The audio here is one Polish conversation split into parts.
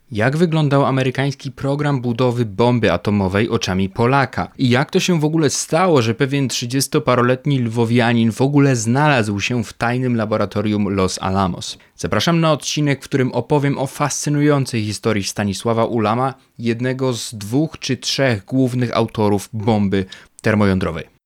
Jak wyglądał amerykański program budowy bomby atomowej oczami Polaka? I jak to się w ogóle stało, że pewien 30-paroletni lwowianin w ogóle znalazł się w tajnym laboratorium Los Alamos? Zapraszam na odcinek, w którym opowiem o fascynującej historii Stanisława Ulama, jednego z 2 czy 3 głównych autorów bomby termojądrowej.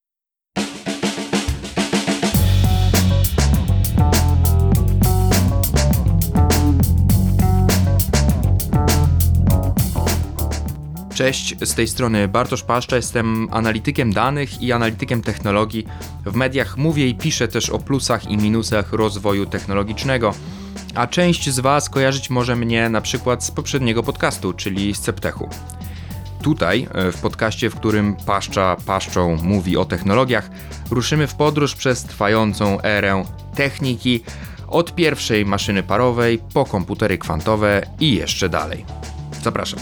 Cześć, z tej strony Bartosz Paszcza, jestem analitykiem danych i analitykiem technologii. W mediach mówię i piszę też o plusach i minusach rozwoju technologicznego, a część z Was kojarzyć może mnie na przykład z poprzedniego podcastu, czyli z Ceptechu. Tutaj, w podcaście, w którym Paszcza paszczą mówi o technologiach, ruszymy w podróż przez trwającą erę techniki, od pierwszej maszyny parowej po komputery kwantowe i jeszcze dalej. Zapraszam.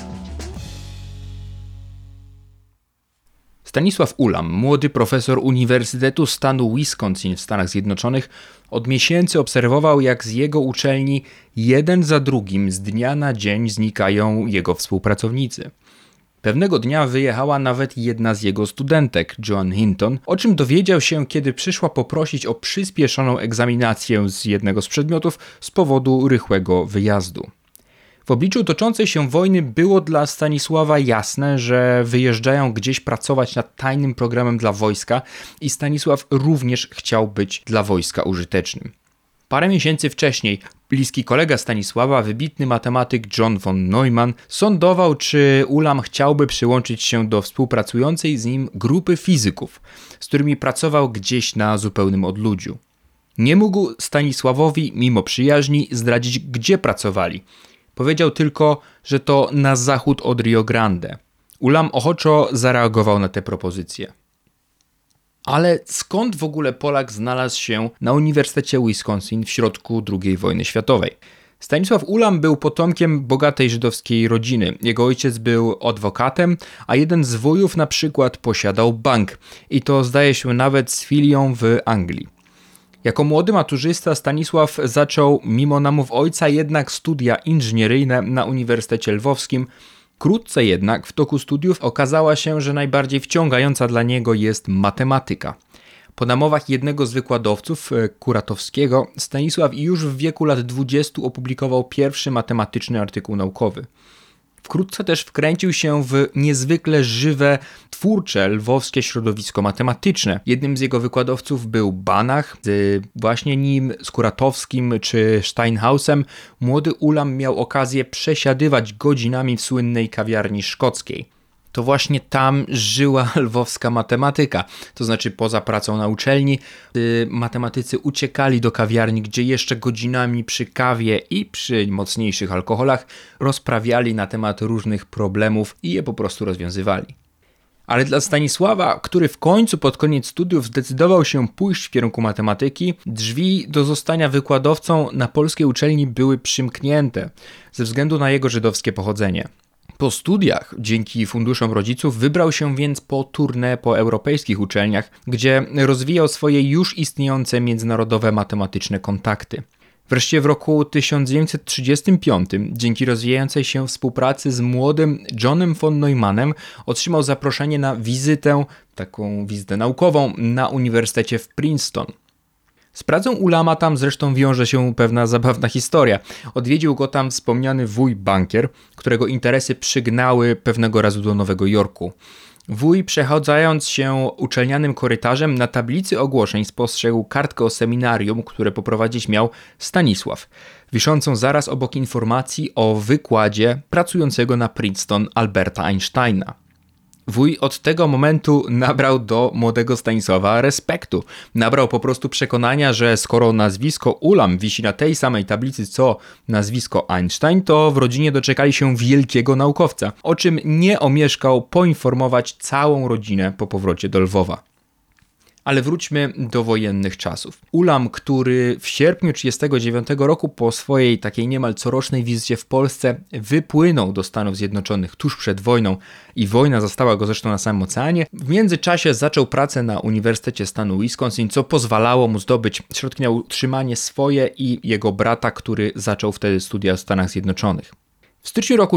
Stanisław Ulam, młody profesor Uniwersytetu stanu Wisconsin w Stanach Zjednoczonych, od miesięcy obserwował, jak z jego uczelni jeden za drugim z dnia na dzień znikają jego współpracownicy. Pewnego dnia wyjechała nawet jedna z jego studentek, Joan Hinton, o czym dowiedział się, kiedy przyszła poprosić o przyspieszoną egzaminację z jednego z przedmiotów z powodu rychłego wyjazdu. W obliczu toczącej się wojny było dla Stanisława jasne, że wyjeżdżają gdzieś pracować nad tajnym programem dla wojska i Stanisław również chciał być dla wojska użytecznym. Parę miesięcy wcześniej bliski kolega Stanisława, wybitny matematyk John von Neumann, sądował, czy Ulam chciałby przyłączyć się do współpracującej z nim grupy fizyków, z którymi pracował gdzieś na zupełnym odludziu. Nie mógł Stanisławowi, mimo przyjaźni, zdradzić, gdzie pracowali. Powiedział tylko, że to na zachód od Rio Grande. Ulam ochoczo zareagował na tę propozycję. Ale skąd w ogóle Polak znalazł się na Uniwersytecie Wisconsin w środku II wojny światowej? Stanisław Ulam był potomkiem bogatej żydowskiej rodziny. Jego ojciec był adwokatem, a jeden z wujów na przykład posiadał bank. I to zdaje się nawet z filią w Anglii. Jako młody maturzysta Stanisław zaczął, mimo namów ojca, jednak studia inżynieryjne na Uniwersytecie Lwowskim. Wkrótce jednak w toku studiów okazała się, że najbardziej wciągająca dla niego jest matematyka. Po namowach jednego z wykładowców, Kuratowskiego, Stanisław już w wieku lat 20 opublikował pierwszy matematyczny artykuł naukowy. Wkrótce też wkręcił się w niezwykle żywe, twórcze lwowskie środowisko matematyczne. Jednym z jego wykładowców był Banach. Z właśnie nim, z Kuratowskim czy Steinhausem, młody Ulam miał okazję przesiadywać godzinami w słynnej kawiarni szkockiej. To właśnie tam żyła lwowska matematyka. To znaczy poza pracą na uczelni matematycy uciekali do kawiarni, gdzie jeszcze godzinami przy kawie i przy mocniejszych alkoholach rozprawiali na temat różnych problemów i je po prostu rozwiązywali. Ale dla Stanisława, który w końcu pod koniec studiów zdecydował się pójść w kierunku matematyki, drzwi do zostania wykładowcą na polskiej uczelni były przymknięte ze względu na jego żydowskie pochodzenie. Po studiach, dzięki funduszom rodziców, wybrał się więc po tournée po europejskich uczelniach, gdzie rozwijał swoje już istniejące międzynarodowe matematyczne kontakty. Wreszcie w roku 1935, dzięki rozwijającej się współpracy z młodym Johnem von Neumannem, otrzymał zaproszenie na taką wizytę naukową na Uniwersytecie w Princeton. Z pracą Ulama tam zresztą wiąże się pewna zabawna historia. Odwiedził go tam wspomniany wuj bankier, którego interesy przygnały pewnego razu do Nowego Jorku. Wuj, przechodząc się uczelnianym korytarzem, na tablicy ogłoszeń spostrzegł kartkę o seminarium, które poprowadzić miał Stanisław, wiszącą zaraz obok informacji o wykładzie pracującego na Princeton Alberta Einsteina. Wuj od tego momentu nabrał do młodego Stanisława respektu. Nabrał po prostu przekonania, że skoro nazwisko Ulam wisi na tej samej tablicy co nazwisko Einstein, to w rodzinie doczekali się wielkiego naukowca, o czym nie omieszkał poinformować całą rodzinę po powrocie do Lwowa. Ale wróćmy do wojennych czasów. Ulam, który w sierpniu 1939 roku po swojej takiej niemal corocznej wizycie w Polsce wypłynął do Stanów Zjednoczonych tuż przed wojną i wojna zastała go zresztą na samym oceanie, w międzyczasie zaczął pracę na Uniwersytecie stanu Wisconsin, co pozwalało mu zdobyć środki na utrzymanie swoje i jego brata, który zaczął wtedy studia w Stanach Zjednoczonych. W styczniu roku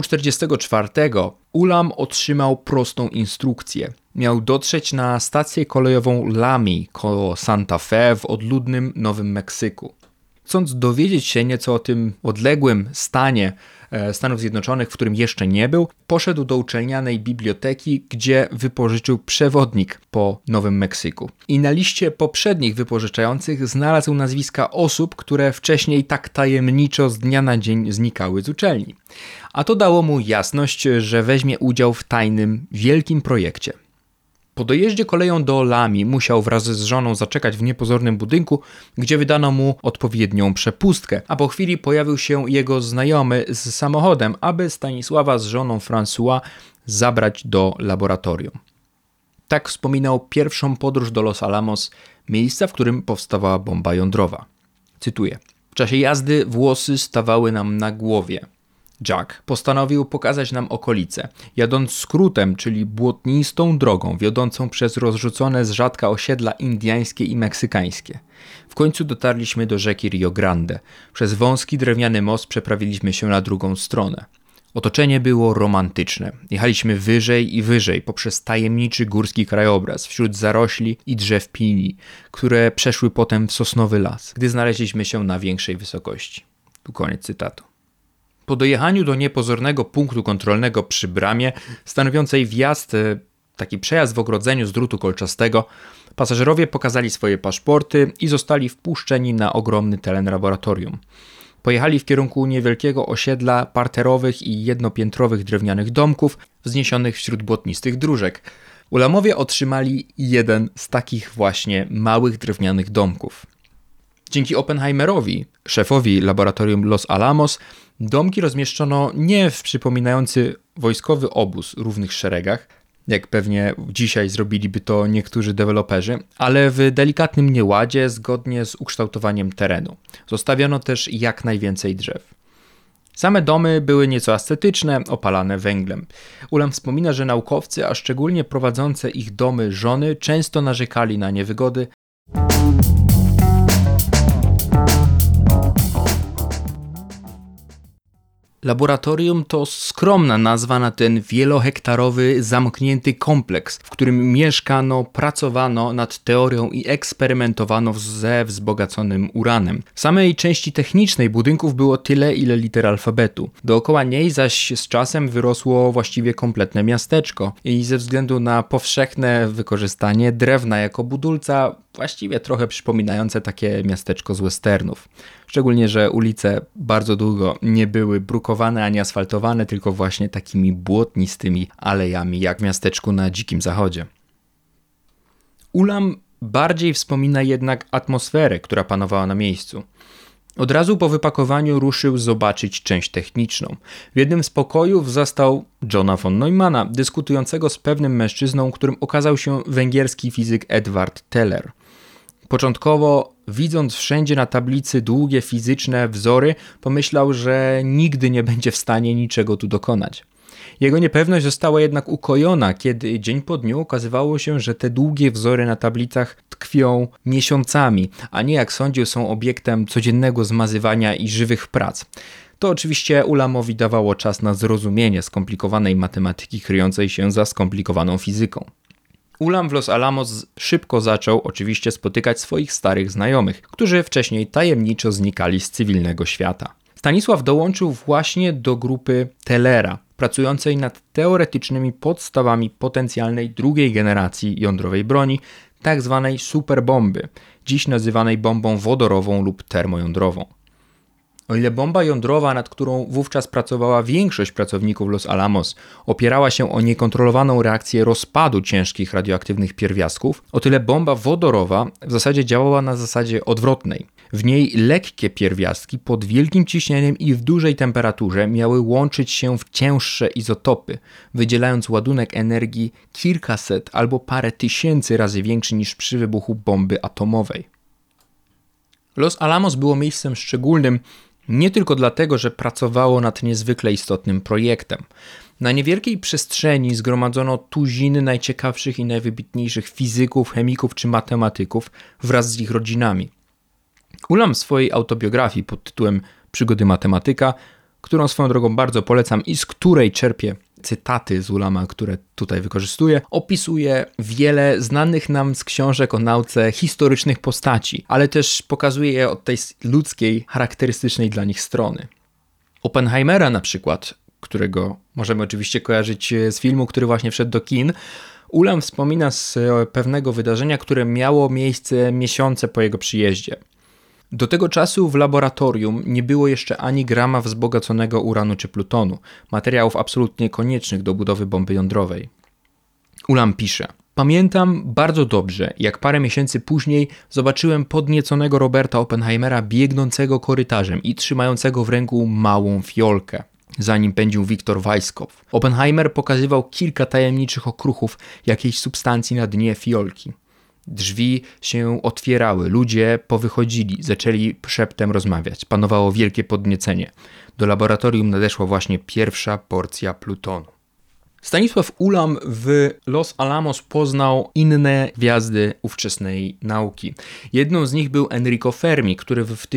1944 Ulam otrzymał prostą instrukcję. Miał dotrzeć na stację kolejową Lamy koło Santa Fe w odludnym Nowym Meksyku. Chcąc dowiedzieć się nieco o tym odległym stanie Stanów Zjednoczonych, w którym jeszcze nie był, poszedł do uczelnianej biblioteki, gdzie wypożyczył przewodnik po Nowym Meksyku. I na liście poprzednich wypożyczających znalazł nazwiska osób, które wcześniej tak tajemniczo z dnia na dzień znikały z uczelni. A to dało mu jasność, że weźmie udział w tajnym, wielkim projekcie. Po dojeździe koleją do Lamy musiał wraz z żoną zaczekać w niepozornym budynku, gdzie wydano mu odpowiednią przepustkę, a po chwili pojawił się jego znajomy z samochodem, aby Stanisława z żoną François zabrać do laboratorium. Tak wspominał pierwszą podróż do Los Alamos, miejsca, w którym powstawała bomba jądrowa. Cytuję: w czasie jazdy włosy stawały nam na głowie. Jack postanowił pokazać nam okolice, jadąc skrótem, czyli błotnistą drogą wiodącą przez rozrzucone z rzadka osiedla indyjskie i meksykańskie. W końcu dotarliśmy do rzeki Rio Grande. Przez wąski drewniany most przeprawiliśmy się na drugą stronę. Otoczenie było romantyczne. Jechaliśmy wyżej i wyżej poprzez tajemniczy górski krajobraz wśród zarośli i drzew pini, które przeszły potem w sosnowy las, gdy znaleźliśmy się na większej wysokości. Tu koniec cytatu. Po dojechaniu do niepozornego punktu kontrolnego przy bramie, stanowiącej wjazd, taki przejazd w ogrodzeniu z drutu kolczastego, pasażerowie pokazali swoje paszporty i zostali wpuszczeni na ogromny teren laboratorium. Pojechali w kierunku niewielkiego osiedla parterowych i jednopiętrowych drewnianych domków wzniesionych wśród błotnistych dróżek. Ulamowie otrzymali jeden z takich właśnie małych drewnianych domków. Dzięki Oppenheimerowi, szefowi laboratorium Los Alamos, domki rozmieszczono nie w przypominający wojskowy obóz równych szeregach, jak pewnie dzisiaj zrobiliby to niektórzy deweloperzy, ale w delikatnym nieładzie zgodnie z ukształtowaniem terenu. Zostawiono też jak najwięcej drzew. Same domy były nieco ascetyczne, opalane węglem. Ulam wspomina, że naukowcy, a szczególnie prowadzące ich domy żony, często narzekali na niewygody. Laboratorium to skromna nazwa na ten wielohektarowy, zamknięty kompleks, w którym mieszkano, pracowano nad teorią i eksperymentowano ze wzbogaconym uranem. W samej części technicznej budynków było tyle, ile liter alfabetu. Dookoła niej zaś z czasem wyrosło właściwie kompletne miasteczko i ze względu na powszechne wykorzystanie drewna jako budulca, właściwie trochę przypominające takie miasteczko z westernów. Szczególnie, że ulice bardzo długo nie były brukowane ani asfaltowane, tylko właśnie takimi błotnistymi alejami, jak w miasteczku na Dzikim Zachodzie. Ulam bardziej wspomina jednak atmosferę, która panowała na miejscu. Od razu po wypakowaniu ruszył zobaczyć część techniczną. W jednym z pokojów zastał Johna von Neumanna, dyskutującego z pewnym mężczyzną, którym okazał się węgierski fizyk Edward Teller. Początkowo, widząc wszędzie na tablicy długie fizyczne wzory, pomyślał, że nigdy nie będzie w stanie niczego tu dokonać. Jego niepewność została jednak ukojona, kiedy dzień po dniu okazywało się, że te długie wzory na tablicach tkwią miesiącami, a nie jak sądził są obiektem codziennego zmazywania i żywych prac. To oczywiście Ulamowi dawało czas na zrozumienie skomplikowanej matematyki kryjącej się za skomplikowaną fizyką. Ulam w Los Alamos szybko zaczął oczywiście spotykać swoich starych znajomych, którzy wcześniej tajemniczo znikali z cywilnego świata. Stanisław dołączył właśnie do grupy Tellera, pracującej nad teoretycznymi podstawami potencjalnej drugiej generacji jądrowej broni, tak zwanej superbomby, dziś nazywanej bombą wodorową lub termojądrową. O ile bomba jądrowa, nad którą wówczas pracowała większość pracowników Los Alamos, opierała się o niekontrolowaną reakcję rozpadu ciężkich radioaktywnych pierwiastków, o tyle bomba wodorowa w zasadzie działała na zasadzie odwrotnej. W niej lekkie pierwiastki pod wielkim ciśnieniem i w dużej temperaturze miały łączyć się w cięższe izotopy, wydzielając ładunek energii kilkaset albo parę tysięcy razy większy niż przy wybuchu bomby atomowej. Los Alamos było miejscem szczególnym nie tylko dlatego, że pracowało nad niezwykle istotnym projektem. Na niewielkiej przestrzeni zgromadzono tuziny najciekawszych i najwybitniejszych fizyków, chemików czy matematyków wraz z ich rodzinami. Ulam w swojej autobiografii pod tytułem Przygody matematyka którą swoją drogą bardzo polecam i z której czerpię cytaty z Ulama, które tutaj wykorzystuję, opisuje wiele znanych nam z książek o nauce historycznych postaci, ale też pokazuje je od tej ludzkiej, charakterystycznej dla nich strony. Oppenheimera na przykład, którego możemy oczywiście kojarzyć z filmu, który właśnie wszedł do kin, Ulam wspomina z pewnego wydarzenia, które miało miejsce miesiące po jego przyjeździe. Do tego czasu w laboratorium nie było jeszcze ani grama wzbogaconego uranu czy plutonu, materiałów absolutnie koniecznych do budowy bomby jądrowej. Ulam pisze: pamiętam bardzo dobrze, jak parę miesięcy później zobaczyłem podnieconego Roberta Oppenheimera biegnącego korytarzem i trzymającego w ręku małą fiolkę. Za nim pędził Wiktor Weisskopf. Oppenheimer pokazywał kilka tajemniczych okruchów jakiejś substancji na dnie fiolki. Drzwi się otwierały, ludzie powychodzili, zaczęli szeptem rozmawiać. Panowało wielkie podniecenie. Do laboratorium nadeszła właśnie pierwsza porcja plutonu. Stanisław Ulam w Los Alamos poznał inne gwiazdy ówczesnej nauki. Jedną z nich był Enrico Fermi, który w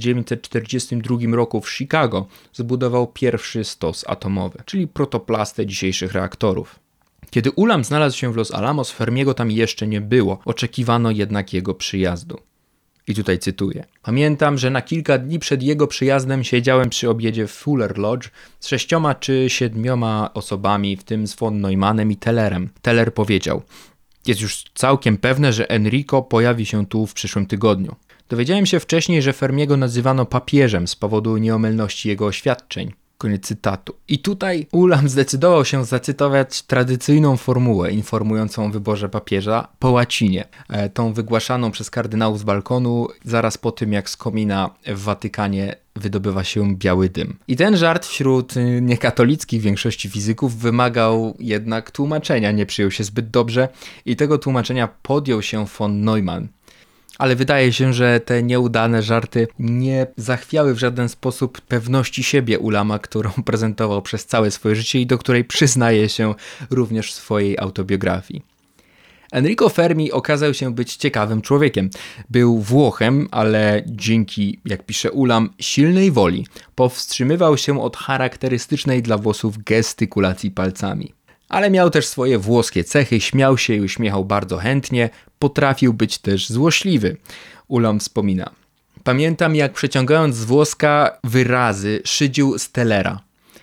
1942 roku w Chicago zbudował pierwszy stos atomowy, czyli protoplastę dzisiejszych reaktorów. Kiedy Ulam znalazł się w Los Alamos, Fermiego tam jeszcze nie było. Oczekiwano jednak jego przyjazdu. I tutaj cytuję. Pamiętam, że na kilka dni przed jego przyjazdem siedziałem przy obiedzie w Fuller Lodge z 6 czy 7 osobami, w tym z von Neumannem i Tellerem. Teller powiedział: jest już całkiem pewne, że Enrico pojawi się tu w przyszłym tygodniu. Dowiedziałem się wcześniej, że Fermiego nazywano papieżem z powodu nieomylności jego oświadczeń. Koniec cytatu. I tutaj Ulam zdecydował się zacytować tradycyjną formułę informującą o wyborze papieża po łacinie. Tą wygłaszaną przez kardynałów z balkonu zaraz po tym, jak z komina w Watykanie wydobywa się biały dym. I ten żart wśród niekatolickich większości fizyków wymagał jednak tłumaczenia. Nie przyjął się zbyt dobrze i tego tłumaczenia podjął się von Neumann. Ale wydaje się, że te nieudane żarty nie zachwiały w żaden sposób pewności siebie Ulama, którą prezentował przez całe swoje życie i do której przyznaje się również w swojej autobiografii. Enrico Fermi okazał się być ciekawym człowiekiem. Był Włochem, ale dzięki, jak pisze Ulam, silnej woli powstrzymywał się od charakterystycznej dla włosów gestykulacji palcami. Ale miał też swoje włoskie cechy, śmiał się i uśmiechał bardzo chętnie, potrafił być też złośliwy. Ulam wspomina: pamiętam, jak przeciągając z włoska wyrazy szydził z Tellera.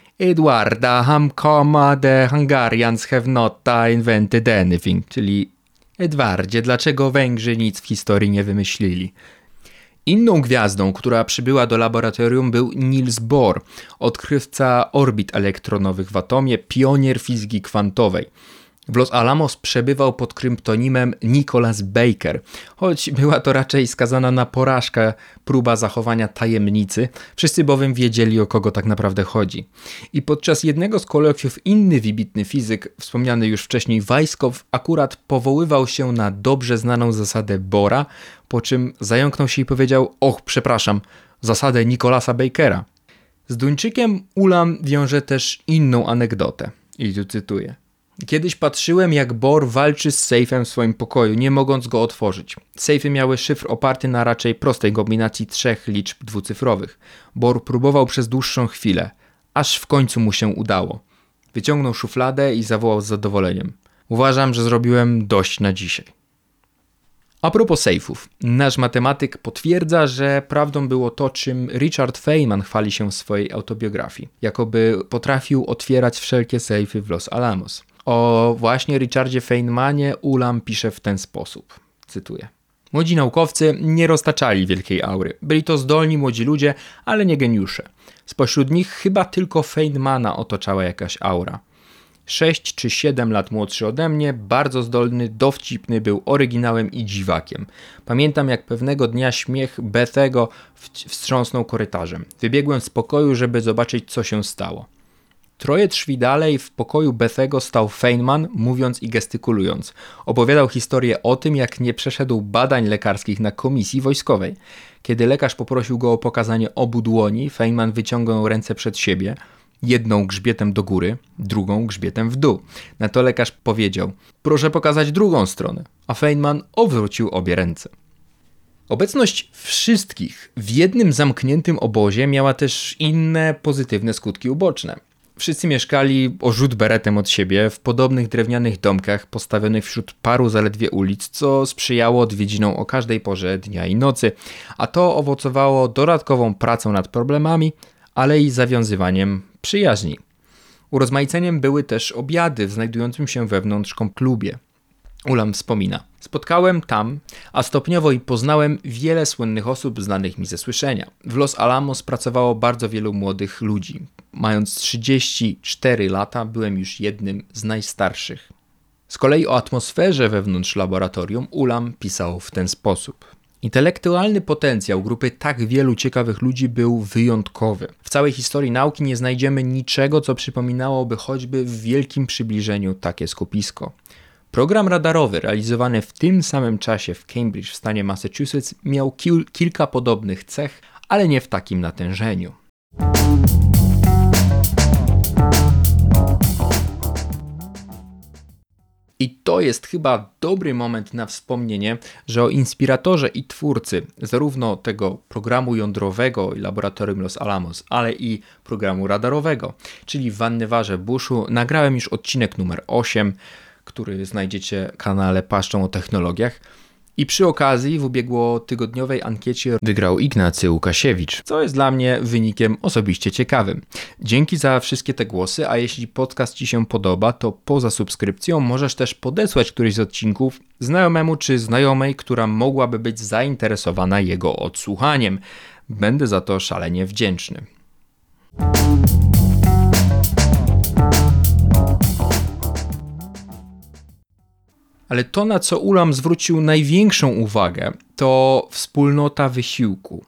Eduarda, how come the Hungarians have not invented anything? Czyli Edwardzie, dlaczego Węgrzy nic w historii nie wymyślili? Inną gwiazdą, która przybyła do laboratorium, był Niels Bohr, odkrywca orbit elektronowych w atomie, pionier fizyki kwantowej. W Los Alamos przebywał pod kryptonimem Nicholas Baker, choć była to raczej skazana na porażkę próba zachowania tajemnicy, wszyscy bowiem wiedzieli, o kogo tak naprawdę chodzi. I podczas jednego z kolokwiów inny wybitny fizyk, wspomniany już wcześniej Weisskopf, akurat powoływał się na dobrze znaną zasadę Bohra, po czym zająknął się i powiedział: och, przepraszam, zasadę Nicholasa Bakera. Z Duńczykiem Ulam wiąże też inną anegdotę. I tu cytuję. Kiedyś patrzyłem, jak Bohr walczy z sejfem w swoim pokoju, nie mogąc go otworzyć. Sejfy miały szyfr oparty na raczej prostej kombinacji 3 liczb dwucyfrowych. Bohr próbował przez dłuższą chwilę, aż w końcu mu się udało. Wyciągnął szufladę i zawołał z zadowoleniem: uważam, że zrobiłem dość na dzisiaj. A propos sejfów, nasz matematyk potwierdza, że prawdą było to, czym Richard Feynman chwali się w swojej autobiografii. Jakoby potrafił otwierać wszelkie sejfy w Los Alamos. O właśnie Richardzie Feynmanie Ulam pisze w ten sposób, cytuję. Młodzi naukowcy nie roztaczali wielkiej aury. Byli to zdolni młodzi ludzie, ale nie geniusze. Spośród nich chyba tylko Feynmana otaczała jakaś aura. 6 czy 7 lat młodszy ode mnie, bardzo zdolny, dowcipny, był oryginałem i dziwakiem. Pamiętam, jak pewnego dnia śmiech Bethego wstrząsnął korytarzem. Wybiegłem z pokoju, żeby zobaczyć, co się stało. 3 drzwi dalej w pokoju Bethego stał Feynman, mówiąc i gestykulując. Opowiadał historię o tym, jak nie przeszedł badań lekarskich na komisji wojskowej. Kiedy lekarz poprosił go o pokazanie obu dłoni, Feynman wyciągnął ręce przed siebie, jedną grzbietem do góry, drugą grzbietem w dół. Na to lekarz powiedział: proszę pokazać drugą stronę, a Feynman odwrócił obie ręce. Obecność wszystkich w jednym zamkniętym obozie miała też inne pozytywne skutki uboczne. Wszyscy mieszkali o rzut beretem od siebie w podobnych drewnianych domkach postawionych wśród paru zaledwie ulic, co sprzyjało odwiedzinom o każdej porze dnia i nocy, a to owocowało dodatkową pracą nad problemami, ale i zawiązywaniem przyjaźni. Urozmaiceniem były też obiady w znajdującym się wewnątrz klubie. Ulam wspomina: spotkałem tam, a stopniowo i poznałem wiele słynnych osób znanych mi ze słyszenia. W Los Alamos pracowało bardzo wielu młodych ludzi. Mając 34 lata byłem już jednym z najstarszych. Z kolei o atmosferze wewnątrz laboratorium Ulam pisał w ten sposób: intelektualny potencjał grupy tak wielu ciekawych ludzi był wyjątkowy. W całej historii nauki nie znajdziemy niczego, co przypominałoby choćby w wielkim przybliżeniu takie skupisko. Program radarowy realizowany w tym samym czasie w Cambridge w stanie Massachusetts miał kilka podobnych cech, ale nie w takim natężeniu. I to jest chyba dobry moment na wspomnienie, że o inspiratorze i twórcy zarówno tego programu jądrowego i laboratorium Los Alamos, ale i programu radarowego, czyli w Vannevarze Bushu, nagrałem już odcinek numer 8, który znajdziecie w kanale Paszczą o technologiach. I przy okazji w ubiegłotygodniowej ankiecie wygrał Ignacy Łukasiewicz, co jest dla mnie wynikiem osobiście ciekawym. Dzięki za wszystkie te głosy, a jeśli podcast Ci się podoba, to poza subskrypcją możesz też podesłać któryś z odcinków znajomemu czy znajomej, która mogłaby być zainteresowana jego odsłuchaniem. Będę za to szalenie wdzięczny. Ale to, na co Ulam zwrócił największą uwagę, to wspólnota wysiłku.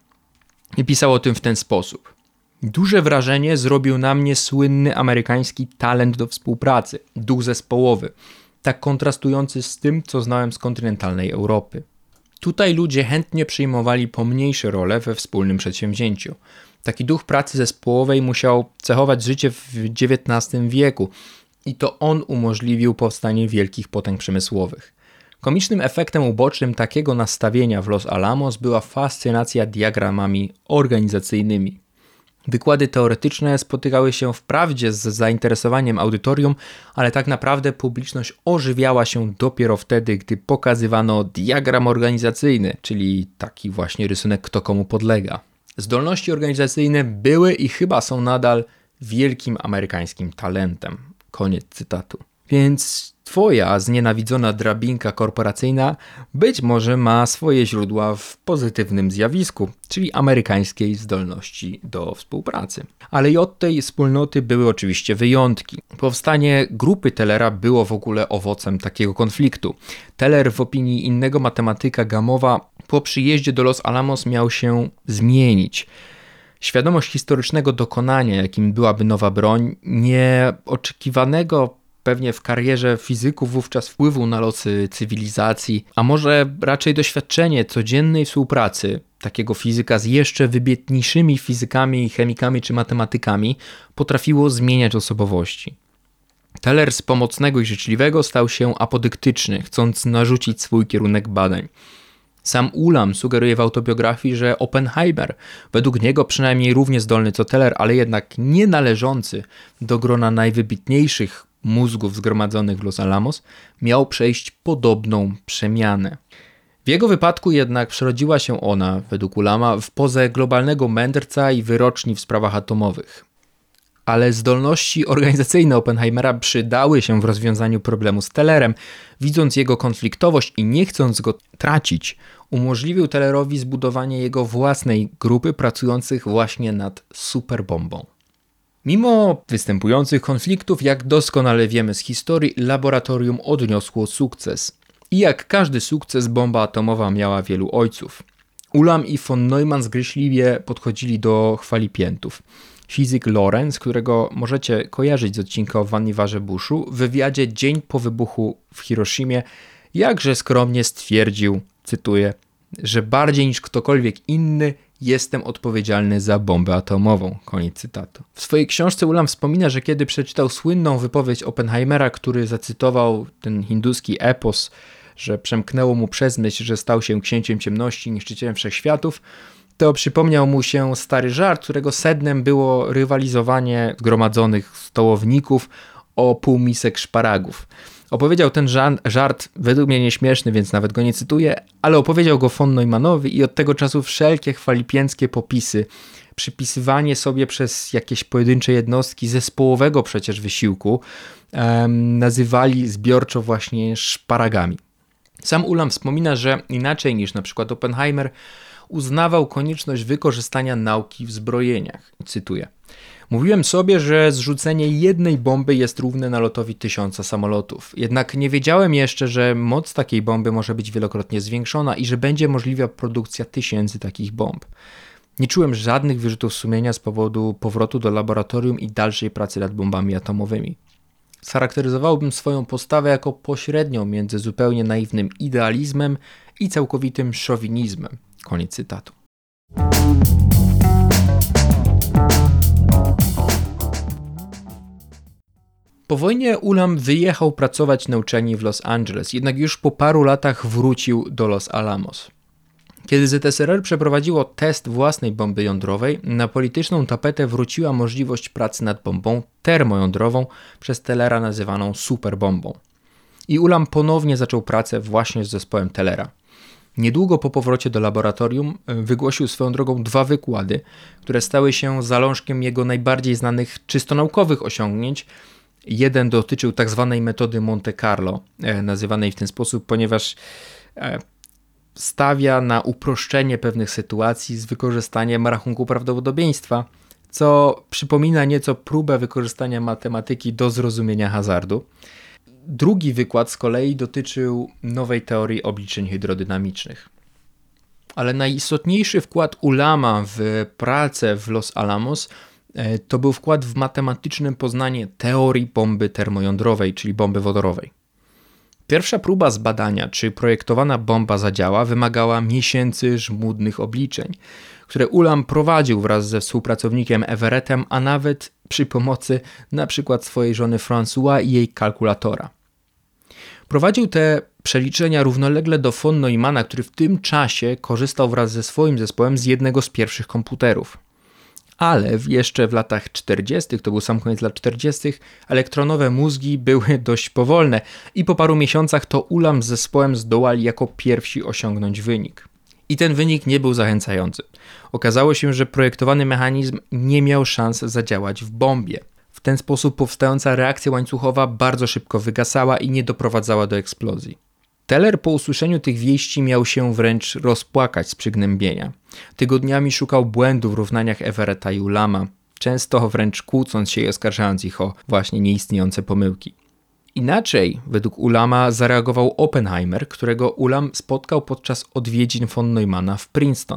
I pisał o tym w ten sposób: duże wrażenie zrobił na mnie słynny amerykański talent do współpracy, duch zespołowy, tak kontrastujący z tym, co znałem z kontynentalnej Europy. Tutaj ludzie chętnie przyjmowali pomniejsze role we wspólnym przedsięwzięciu. Taki duch pracy zespołowej musiał cechować życie w XIX wieku, i to on umożliwił powstanie wielkich potęg przemysłowych. Komicznym efektem ubocznym takiego nastawienia w Los Alamos była fascynacja diagramami organizacyjnymi. Wykłady teoretyczne spotykały się wprawdzie z zainteresowaniem audytorium, ale tak naprawdę publiczność ożywiała się dopiero wtedy, gdy pokazywano diagram organizacyjny, czyli taki właśnie rysunek, kto komu podlega. Zdolności organizacyjne były i chyba są nadal wielkim amerykańskim talentem. Koniec cytatu. Więc twoja znienawidzona drabinka korporacyjna być może ma swoje źródła w pozytywnym zjawisku, czyli amerykańskiej zdolności do współpracy. Ale i od tej wspólnoty były oczywiście wyjątki. Powstanie grupy Tellera było w ogóle owocem takiego konfliktu. Teller w opinii innego matematyka Gamowa po przyjeździe do Los Alamos miał się zmienić. Świadomość historycznego dokonania, jakim byłaby nowa broń, nieoczekiwanego pewnie w karierze fizyków wówczas wpływu na losy cywilizacji, a może raczej doświadczenie codziennej współpracy takiego fizyka z jeszcze wybitniejszymi fizykami, chemikami czy matematykami potrafiło zmieniać osobowości. Teller z pomocnego i życzliwego stał się apodyktyczny, chcąc narzucić swój kierunek badań. Sam Ulam sugeruje w autobiografii, że Oppenheimer, według niego przynajmniej równie zdolny co Teller, ale jednak nie należący do grona najwybitniejszych mózgów zgromadzonych w Los Alamos, miał przejść podobną przemianę. W jego wypadku jednak przerodziła się ona, według Ulama, w pozę globalnego mędrca i wyroczni w sprawach atomowych. Ale zdolności organizacyjne Oppenheimera przydały się w rozwiązaniu problemu z Tellerem. Widząc jego konfliktowość i nie chcąc go tracić, umożliwił Tellerowi zbudowanie jego własnej grupy pracujących właśnie nad superbombą. Mimo występujących konfliktów, jak doskonale wiemy z historii, laboratorium odniosło sukces. I jak każdy sukces, bomba atomowa miała wielu ojców. Ulam i von Neumann zgryźliwie podchodzili do chwalipiętów. Fizyk Lorenz, którego możecie kojarzyć z odcinka o Vannevarze Bushu, w wywiadzie dzień po wybuchu w Hiroshimie jakże skromnie stwierdził, cytuję, że bardziej niż ktokolwiek inny jestem odpowiedzialny za bombę atomową. Koniec cytatu. W swojej książce Ulam wspomina, że kiedy przeczytał słynną wypowiedź Oppenheimera, który zacytował ten hinduski epos, że przemknęło mu przez myśl, że stał się księciem ciemności, niszczycielem wszechświatów, to przypomniał mu się stary żart, którego sednem było rywalizowanie zgromadzonych stołowników o półmisek szparagów. Opowiedział ten żart, według mnie nieśmieszny, więc nawet go nie cytuję, ale opowiedział go von Neumannowi i od tego czasu wszelkie chwalipienckie popisy, przypisywanie sobie przez jakieś pojedyncze jednostki zespołowego przecież wysiłku nazywali zbiorczo właśnie szparagami. Sam Ulam wspomina, że inaczej niż na przykład Oppenheimer uznawał konieczność wykorzystania nauki w zbrojeniach. Cytuję. Mówiłem sobie, że zrzucenie jednej bomby jest równe nalotowi 1000 samolotów. Jednak nie wiedziałem jeszcze, że moc takiej bomby może być wielokrotnie zwiększona i że będzie możliwa produkcja 1000 takich bomb. Nie czułem żadnych wyrzutów sumienia z powodu powrotu do laboratorium i dalszej pracy nad bombami atomowymi. Scharakteryzowałbym swoją postawę jako pośrednią między zupełnie naiwnym idealizmem i całkowitym szowinizmem. Koniec cytatu. Po wojnie Ulam wyjechał pracować na uczelni w Los Angeles, jednak już po paru latach wrócił do Los Alamos. Kiedy ZSRR przeprowadziło test własnej bomby jądrowej, na polityczną tapetę wróciła możliwość pracy nad bombą termojądrową, przez Tellera nazywaną superbombą. I Ulam ponownie zaczął pracę właśnie z zespołem Tellera. Niedługo po powrocie do laboratorium wygłosił swoją drogą 2 wykłady, które stały się zalążkiem jego najbardziej znanych czysto naukowych osiągnięć. Jeden dotyczył tzw. metody Monte Carlo, nazywanej w ten sposób, ponieważ stawia na uproszczenie pewnych sytuacji z wykorzystaniem rachunku prawdopodobieństwa, co przypomina nieco próbę wykorzystania matematyki do zrozumienia hazardu. Drugi wykład z kolei dotyczył nowej teorii obliczeń hydrodynamicznych. Ale najistotniejszy wkład Ulama w pracę w Los Alamos to był wkład w matematyczne poznanie teorii bomby termojądrowej, czyli bomby wodorowej. Pierwsza próba zbadania, czy projektowana bomba zadziała, wymagała miesięcy żmudnych obliczeń, które Ulam prowadził wraz ze współpracownikiem Everettem, a nawet przy pomocy np. swojej żony François i jej kalkulatora. Prowadził te przeliczenia równolegle do von Neumanna, który w tym czasie korzystał wraz ze swoim zespołem z jednego z pierwszych komputerów. Ale jeszcze w latach 40., to był sam koniec lat 40., elektronowe mózgi były dość powolne i po paru miesiącach to Ulam z zespołem zdołali jako pierwsi osiągnąć wynik. I ten wynik nie był zachęcający. Okazało się, że projektowany mechanizm nie miał szans zadziałać w bombie. W ten sposób powstająca reakcja łańcuchowa bardzo szybko wygasała i nie doprowadzała do eksplozji. Teller po usłyszeniu tych wieści miał się wręcz rozpłakać z przygnębienia. Tygodniami szukał błędów w równaniach Everetta i Ulama, często wręcz kłócąc się i oskarżając ich o właśnie nieistniejące pomyłki. Inaczej, według Ulama, zareagował Oppenheimer, którego Ulam spotkał podczas odwiedzin von Neumanna w Princeton.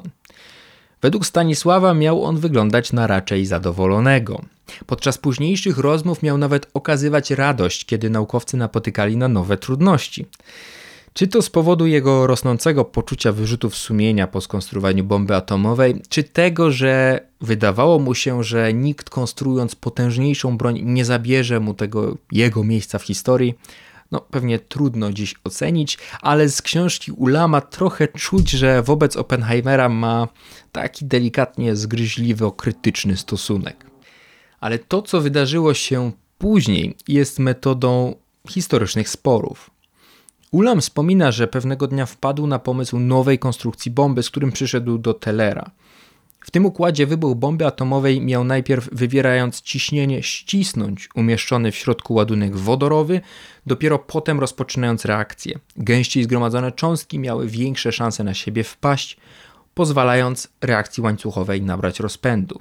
Według Stanisława miał on wyglądać na raczej zadowolonego. Podczas późniejszych rozmów miał nawet okazywać radość, kiedy naukowcy napotykali na nowe trudności. Czy to z powodu jego rosnącego poczucia wyrzutów sumienia po skonstruowaniu bomby atomowej, czy tego, że wydawało mu się, że nikt konstruując potężniejszą broń nie zabierze mu tego jego miejsca w historii, no pewnie trudno dziś ocenić, ale z książki Ulama trochę czuć, że wobec Oppenheimera ma taki delikatnie zgryźliwo-krytyczny stosunek. Ale to, co wydarzyło się później, jest metodą historycznych sporów. Ulam wspomina, że pewnego dnia wpadł na pomysł nowej konstrukcji bomby, z którym przyszedł do Tellera. W tym układzie wybuch bomby atomowej miał najpierw, wywierając ciśnienie, ścisnąć umieszczony w środku ładunek wodorowy, dopiero potem rozpoczynając reakcję. Gęściej zgromadzone cząstki miały większe szanse na siebie wpaść, pozwalając reakcji łańcuchowej nabrać rozpędu.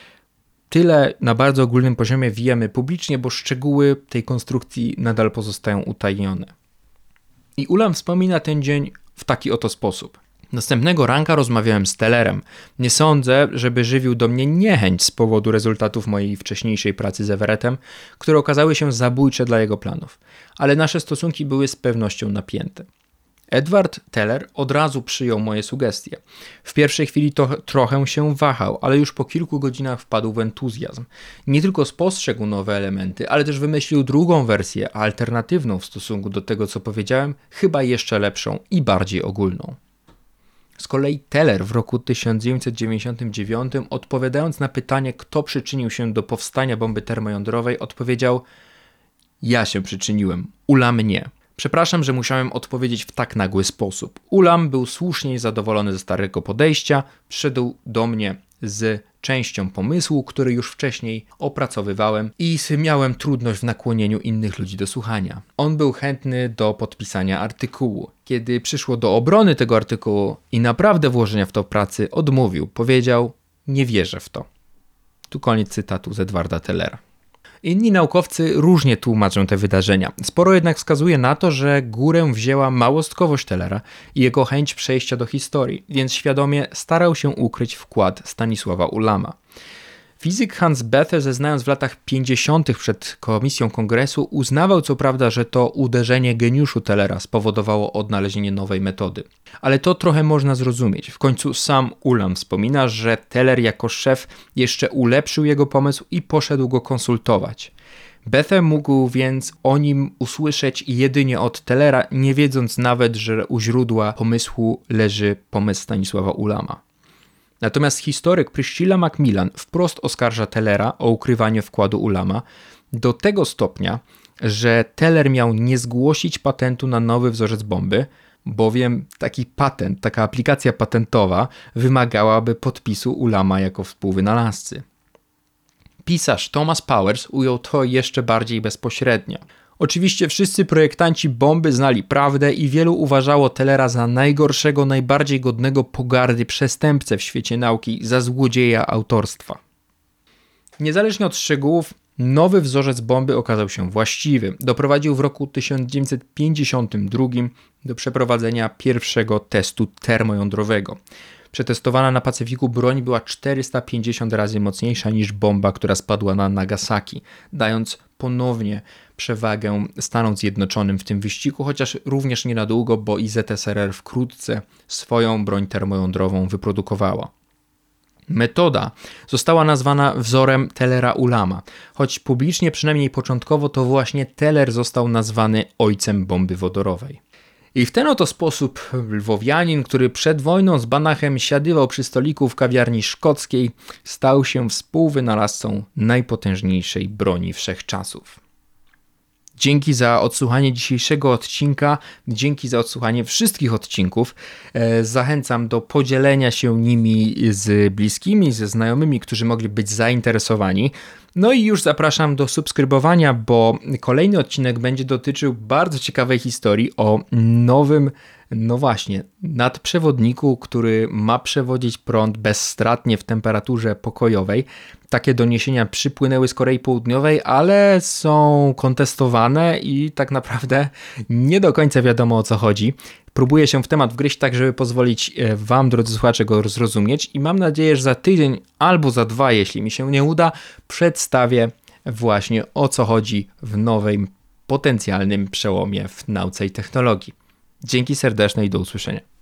Tyle na bardzo ogólnym poziomie wiemy publicznie, bo szczegóły tej konstrukcji nadal pozostają utajnione. I Ulam wspomina ten dzień w taki oto sposób. Następnego ranka rozmawiałem z Tellerem. Nie sądzę, żeby żywił do mnie niechęć z powodu rezultatów mojej wcześniejszej pracy z Everettem, które okazały się zabójcze dla jego planów. Ale nasze stosunki były z pewnością napięte. Edward Teller od razu przyjął moje sugestie. W pierwszej chwili to trochę się wahał, ale już po kilku godzinach wpadł w entuzjazm. Nie tylko spostrzegł nowe elementy, ale też wymyślił drugą wersję, alternatywną w stosunku do tego, co powiedziałem, chyba jeszcze lepszą i bardziej ogólną. Z kolei Teller w roku 1999, odpowiadając na pytanie, kto przyczynił się do powstania bomby termojądrowej, odpowiedział: ja się przyczyniłem, Ulam nie. Przepraszam, że musiałem odpowiedzieć w tak nagły sposób. Ulam był słusznie zadowolony ze starego podejścia, przyszedł do mnie z częścią pomysłu, który już wcześniej opracowywałem i miałem trudność w nakłonieniu innych ludzi do słuchania. On był chętny do podpisania artykułu. Kiedy przyszło do obrony tego artykułu i naprawdę włożenia w to pracy, odmówił. Powiedział: nie wierzę w to. Tu koniec cytatu z Edwarda Tellera. Inni naukowcy różnie tłumaczą te wydarzenia. Sporo jednak wskazuje na to, że górę wzięła małostkowość Tellera i jego chęć przejścia do historii, więc świadomie starał się ukryć wkład Stanisława Ulama. Fizyk Hans Bethe, zeznając w latach 50. przed komisją kongresu, uznawał co prawda, że to uderzenie geniuszu Tellera spowodowało odnalezienie nowej metody. Ale to trochę można zrozumieć. W końcu sam Ulam wspomina, że Teller jako szef jeszcze ulepszył jego pomysł i poszedł go konsultować. Bethe mógł więc o nim usłyszeć jedynie od Tellera, nie wiedząc nawet, że u źródła pomysłu leży pomysł Stanisława Ulama. Natomiast historyk Priscilla Macmillan wprost oskarża Tellera o ukrywanie wkładu Ulama do tego stopnia, że Teller miał nie zgłosić patentu na nowy wzorzec bomby, bowiem taki patent, taka aplikacja patentowa wymagałaby podpisu Ulama jako współwynalazcy. Pisarz Thomas Powers ujął to jeszcze bardziej bezpośrednio. Oczywiście wszyscy projektanci bomby znali prawdę i wielu uważało Tellera za najgorszego, najbardziej godnego pogardy przestępcę w świecie nauki, za złodzieja autorstwa. Niezależnie od szczegółów, nowy wzorzec bomby okazał się właściwy. Doprowadził w roku 1952 do przeprowadzenia pierwszego testu termojądrowego. Przetestowana na Pacyfiku broń była 450 razy mocniejsza niż bomba, która spadła na Nagasaki, dając ponownie przewagę Stanom Zjednoczonym w tym wyścigu, chociaż również nie na długo, bo i ZSRR wkrótce swoją broń termojądrową wyprodukowała. Metoda została nazwana wzorem Tellera-Ulama, choć publicznie przynajmniej początkowo to właśnie Teller został nazwany ojcem bomby wodorowej. I w ten oto sposób lwowianin, który przed wojną z Banachem siadywał przy stoliku w kawiarni szkockiej, stał się współwynalazcą najpotężniejszej broni wszechczasów. Dzięki za odsłuchanie dzisiejszego odcinka, dzięki za odsłuchanie wszystkich odcinków. Zachęcam do podzielenia się nimi z bliskimi, ze znajomymi, którzy mogli być zainteresowani. No i już zapraszam do subskrybowania, bo kolejny odcinek będzie dotyczył bardzo ciekawej historii o nowym, nadprzewodniku, który ma przewodzić prąd bezstratnie w temperaturze pokojowej. Takie doniesienia przypłynęły z Korei Południowej, ale są kontestowane i tak naprawdę nie do końca wiadomo, o co chodzi. Próbuję się w temat wgryźć tak, żeby pozwolić wam, drodzy słuchacze, go zrozumieć i mam nadzieję, że za tydzień albo za 2, jeśli mi się nie uda, przedstawię właśnie, o co chodzi w nowym potencjalnym przełomie w nauce i technologii. Dzięki serdeczne i do usłyszenia.